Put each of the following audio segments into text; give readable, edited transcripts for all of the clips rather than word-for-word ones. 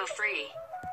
Free.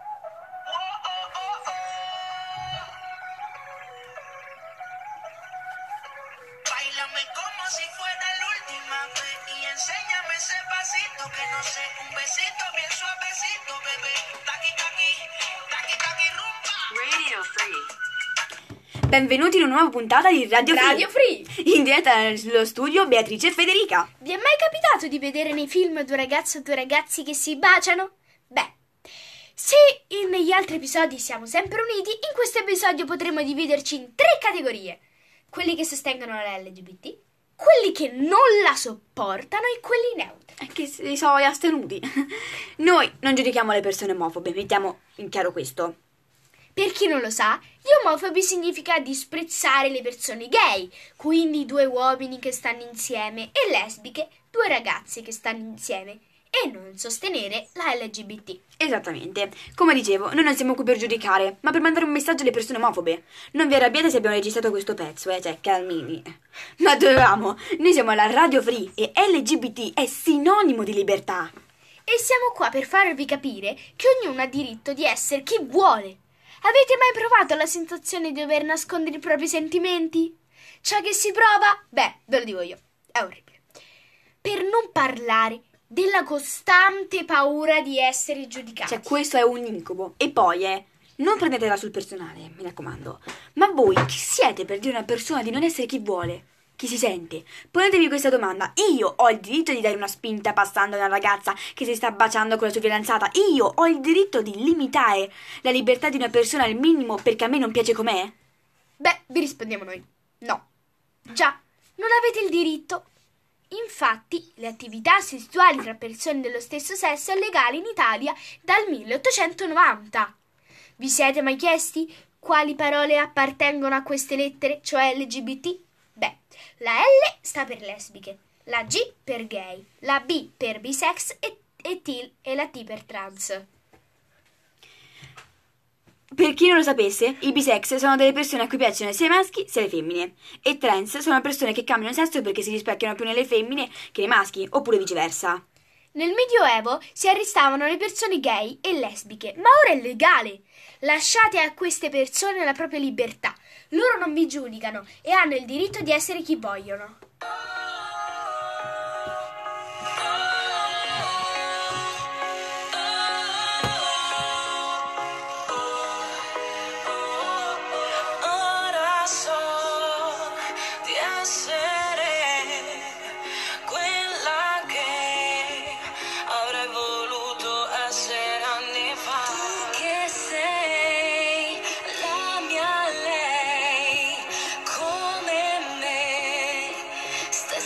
Báilame como si fuera la última vez y enséñame ese pasito que no sé, un besito bien suavecito, bebé. Taqui taqui, taqui taqui rumba. Radio Free. Benvenuti in una nuova puntata di Radio Free. In diretta nello studio Beatrice e Federica. Vi è mai capitato di vedere nei film due ragazze o due ragazzi che si baciano? Beh, se negli altri episodi siamo sempre uniti, in questo episodio potremo dividerci in tre categorie. Quelli che sostengono la LGBT, quelli che non la sopportano e quelli neutri. Che si sono astenuti. Noi non giudichiamo le persone omofobe, mettiamo in chiaro questo. Per chi non lo sa, gli omofobi significa disprezzare le persone gay, quindi due uomini che stanno insieme, e lesbiche, due ragazze che stanno insieme, e non sostenere la LGBT. Esattamente. Come dicevo, noi non siamo qui per giudicare, ma per mandare un messaggio alle persone omofobe. Non vi arrabbiate se abbiamo registrato questo pezzo, cioè, calmini. Ma dovevamo. Noi siamo alla Radio Free e LGBT è sinonimo di libertà. E siamo qua per farvi capire che ognuno ha diritto di essere chi vuole. Avete mai provato la sensazione di dover nascondere i propri sentimenti? Ciò che si prova? Beh, ve lo dico io, è orribile. Per non parlare della costante paura di essere giudicati. Cioè, questo è un incubo. E poi, non prendetela sul personale, mi raccomando. Ma voi chi siete per dire a una persona di non essere chi vuole? Chi si sente? Ponetevi questa domanda. Io ho il diritto di dare una spinta passando a una ragazza che si sta baciando con la sua fidanzata? Io ho il diritto di limitare la libertà di una persona al minimo perché a me non piace com'è? Beh, vi rispondiamo noi. No. Già, non avete il diritto. Infatti, le attività sessuali tra persone dello stesso sesso è legale in Italia dal 1890. Vi siete mai chiesti quali parole appartengono a queste lettere, cioè LGBT? Beh, la L sta per lesbiche, la G per gay, la B per bisex e la T per trans. Per chi non lo sapesse, i bisex sono delle persone a cui piacciono sia i maschi sia le femmine. E trans sono persone che cambiano sesso perché si rispecchiano più nelle femmine che nei maschi, oppure viceversa. Nel Medioevo si arrestavano le persone gay e lesbiche, ma ora è legale. Lasciate a queste persone la propria libertà. Loro non vi giudicano e hanno il diritto di essere chi vogliono. Ora so di essere quella che avrei voluto essere anni fa. Tu che sei la mia lei, come me, stai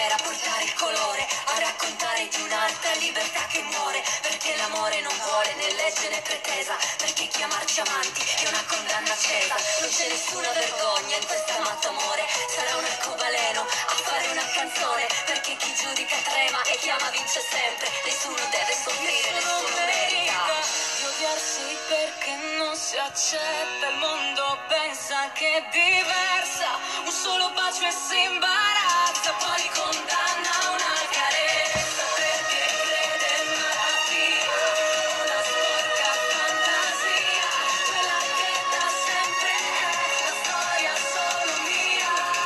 era portare il colore, a raccontare di un'altra libertà che muore, perché l'amore non vuole né legge né pretesa, perché chiamarci amanti è una condanna accesa. Non c'è nessuna vergogna in questo amato amore, sarà un arcobaleno a fare una canzone, perché chi giudica trema e chiama vince sempre, nessuno deve soffrire, nessuno merita di odiarsi perché non si accetta, il mondo pensa che è diversa, un solo bacio e si imbarazza, poi condanna una carezza perché crede in malattia, una sporca fantasia, quella che da sempre è la storia solo mia.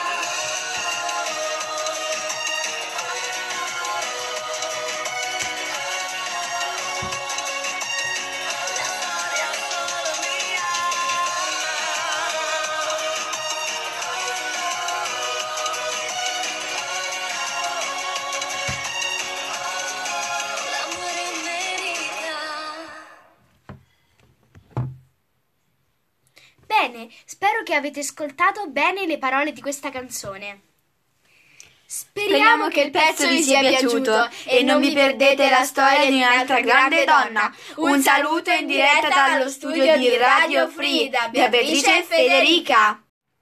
Bene, spero che avete ascoltato bene le parole di questa canzone. Speriamo che il pezzo vi sia piaciuto e non vi perdete la storia di un'altra grande donna. Un saluto in diretta dallo studio di Radio Free da Beatrice e Federica.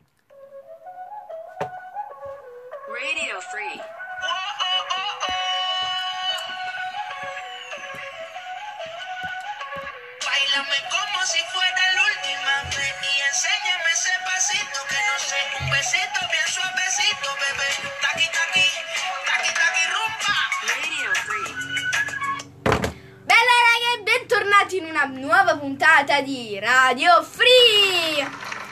Radio Free. Báilame como si fuera la última vez y enséñame ese pasito que no sé, un besito bien suavecito, bebé. Taqui taqui, taqui taqui rumba. Radio Free. Bella raga, e bentornati in una nuova puntata di Radio Free.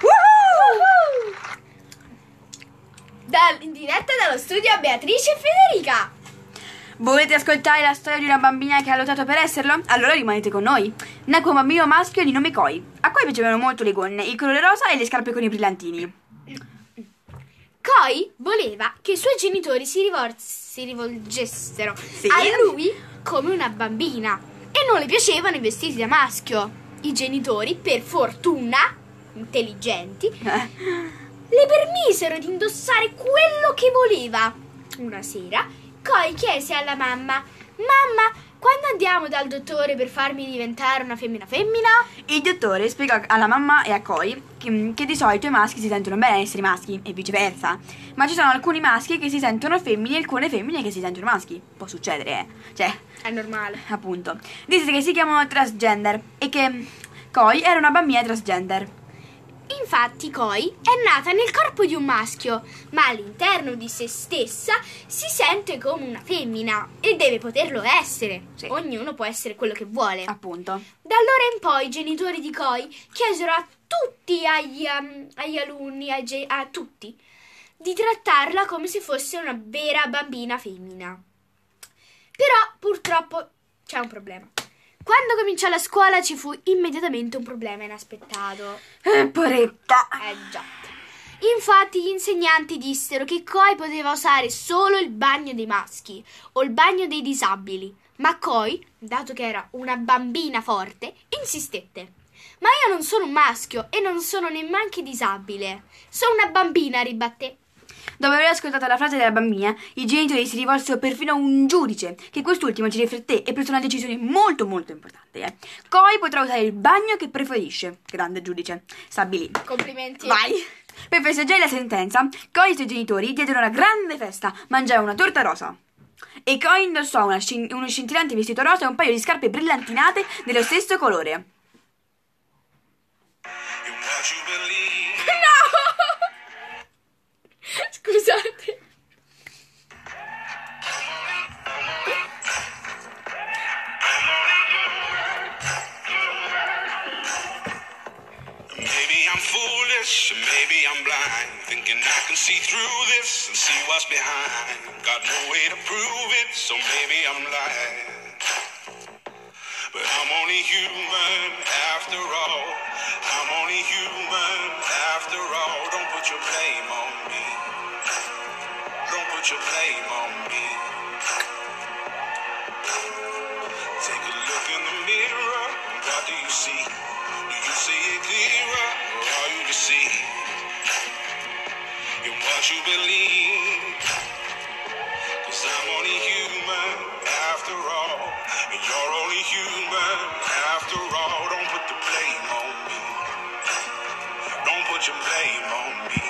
In diretta dallo studio Beatrice e Federica. Volete ascoltare la storia di una bambina che ha lottato per esserlo? Allora rimanete con noi. Nacque un bambino maschio di nome Koi. A Koi piacevano molto le gonne, il colore rosa e le scarpe con i brillantini. Koi voleva che i suoi genitori si rivolgessero a lui come una bambina e non le piacevano i vestiti da maschio. I genitori, per fortuna, intelligenti, le permisero di indossare quello che voleva. Una sera Koi chiese alla mamma: mamma, quando andiamo dal dottore per farmi diventare una femmina? Il dottore spiegò alla mamma e a Koi che di solito i maschi si sentono bene a essere maschi e viceversa, ma ci sono alcuni maschi che si sentono femmine e alcune femmine che si sentono maschi. Può succedere, cioè, È normale. appunto. Disse che si chiamano transgender e che Koi era una bambina transgender. Infatti Koi è nata nel corpo di un maschio, ma all'interno di se stessa si sente come una femmina e deve poterlo essere. Sì. Ognuno può essere quello che vuole. Appunto. Da allora in poi i genitori di Koi chiesero a tutti agli alunni, a tutti, di trattarla come se fosse una vera bambina femmina. Però purtroppo c'è un problema. Quando cominciò la scuola ci fu immediatamente un problema inaspettato. Poretta. Già. Infatti gli insegnanti dissero che Koi poteva usare solo il bagno dei maschi o il bagno dei disabili, ma Koi, dato che era una bambina forte, insistette. Ma io non sono un maschio e non sono neanche disabile. Sono una bambina, ribatté. Dopo aver ascoltato la frase della bambina, i genitori si rivolsero perfino a un giudice, che quest'ultimo ci rifletté e prese una decisione molto molto importante. Koi potrà usare il bagno che preferisce. Grande giudice. Stabilì. Complimenti. Vai! Per festeggiare la sentenza, Koi e i suoi genitori diedero una grande festa, mangiarono una torta rosa. E Koi indossò uno scintillante vestito rosa e un paio di scarpe brillantinate dello stesso colore. Scusate. Maybe I'm foolish, maybe I'm blind, thinking I can see through this and see what's behind. Got no way to prove it, so maybe I'm lying. But I'm only human after all. I'm only human after all. Don't put your blame on me. Don't put your blame on me. Take a look in the mirror. What do you see? Do you see it clearer, or are you deceived in what you believe? put your blame on me.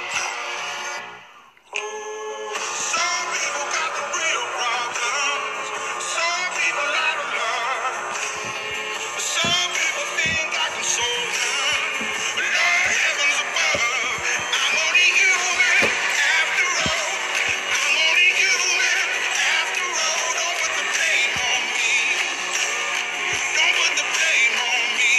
Some people got the real problems. Some people out of love. Some people think I can solve them. But Lord heavens above, I'm only human after all. I'm only human after all. Don't put the blame on me. Don't put the blame on me.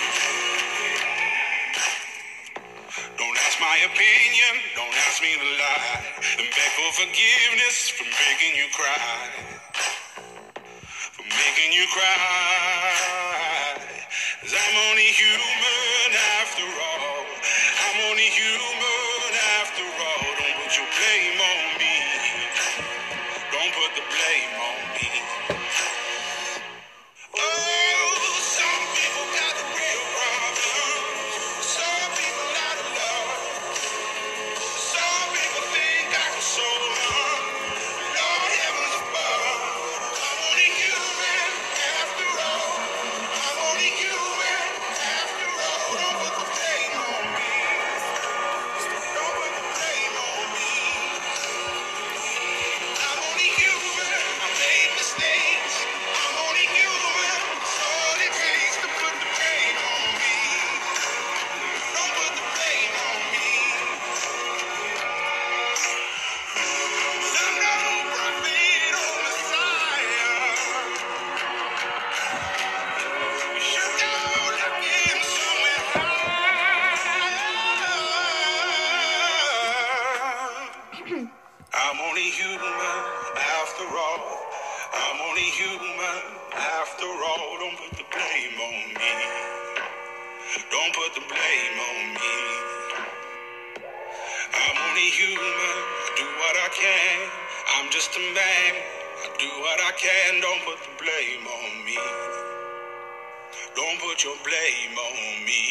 Don't ask my opinion, don't ask me to lie, and beg for forgiveness for making you cry, for making you cry. 'Cause I'm only human after all. I'm only human after all. Don't put your blame on me. Don't put the blame on me. Oh, some people got the real problems. Some people out of love. Some people think I can solve them. Lord heavens above, I'm only human after all. I'm only human after all. Don't put the blame on me. Don't put the blame on me. I'm only human. I made mistakes. I'm only human. It's all it takes to put the blame on me. Don't put the blame on me. 'Cause I'm no prophet or Messiah. You should go looking somewhere higher. I'm only human after all. I'm only human after all. Don't put the blame on me. Don't put the blame on me. I'm only human. I do what I can. I'm just a man. I do what I can. Don't put the blame on me. Don't put your blame on me.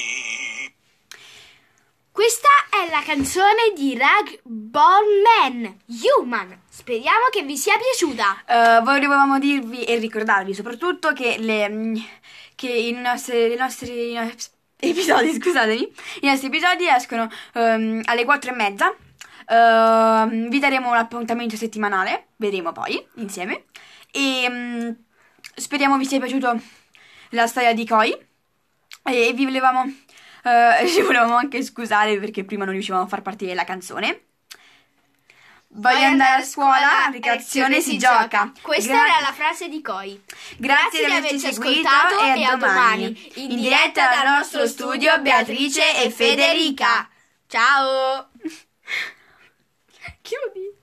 Questa è la canzone di Rag Bone Man, Human. Speriamo che vi sia piaciuta. Volevamo dirvi e ricordarvi soprattutto che i nostri episodi, scusatemi, i nostri episodi escono alle 4:30. Vi daremo un appuntamento settimanale, vedremo poi insieme. E speriamo vi sia piaciuto la storia di Koi. E ci volevamo anche scusare perché prima non riuscivamo a far partire la canzone. Voglio andare a scuola, ricreazione si gioca. Questa era la frase di Koi. Grazie di averci seguito e a domani. In diretta dal nostro studio Beatrice e Federica. Ciao. Chiudi.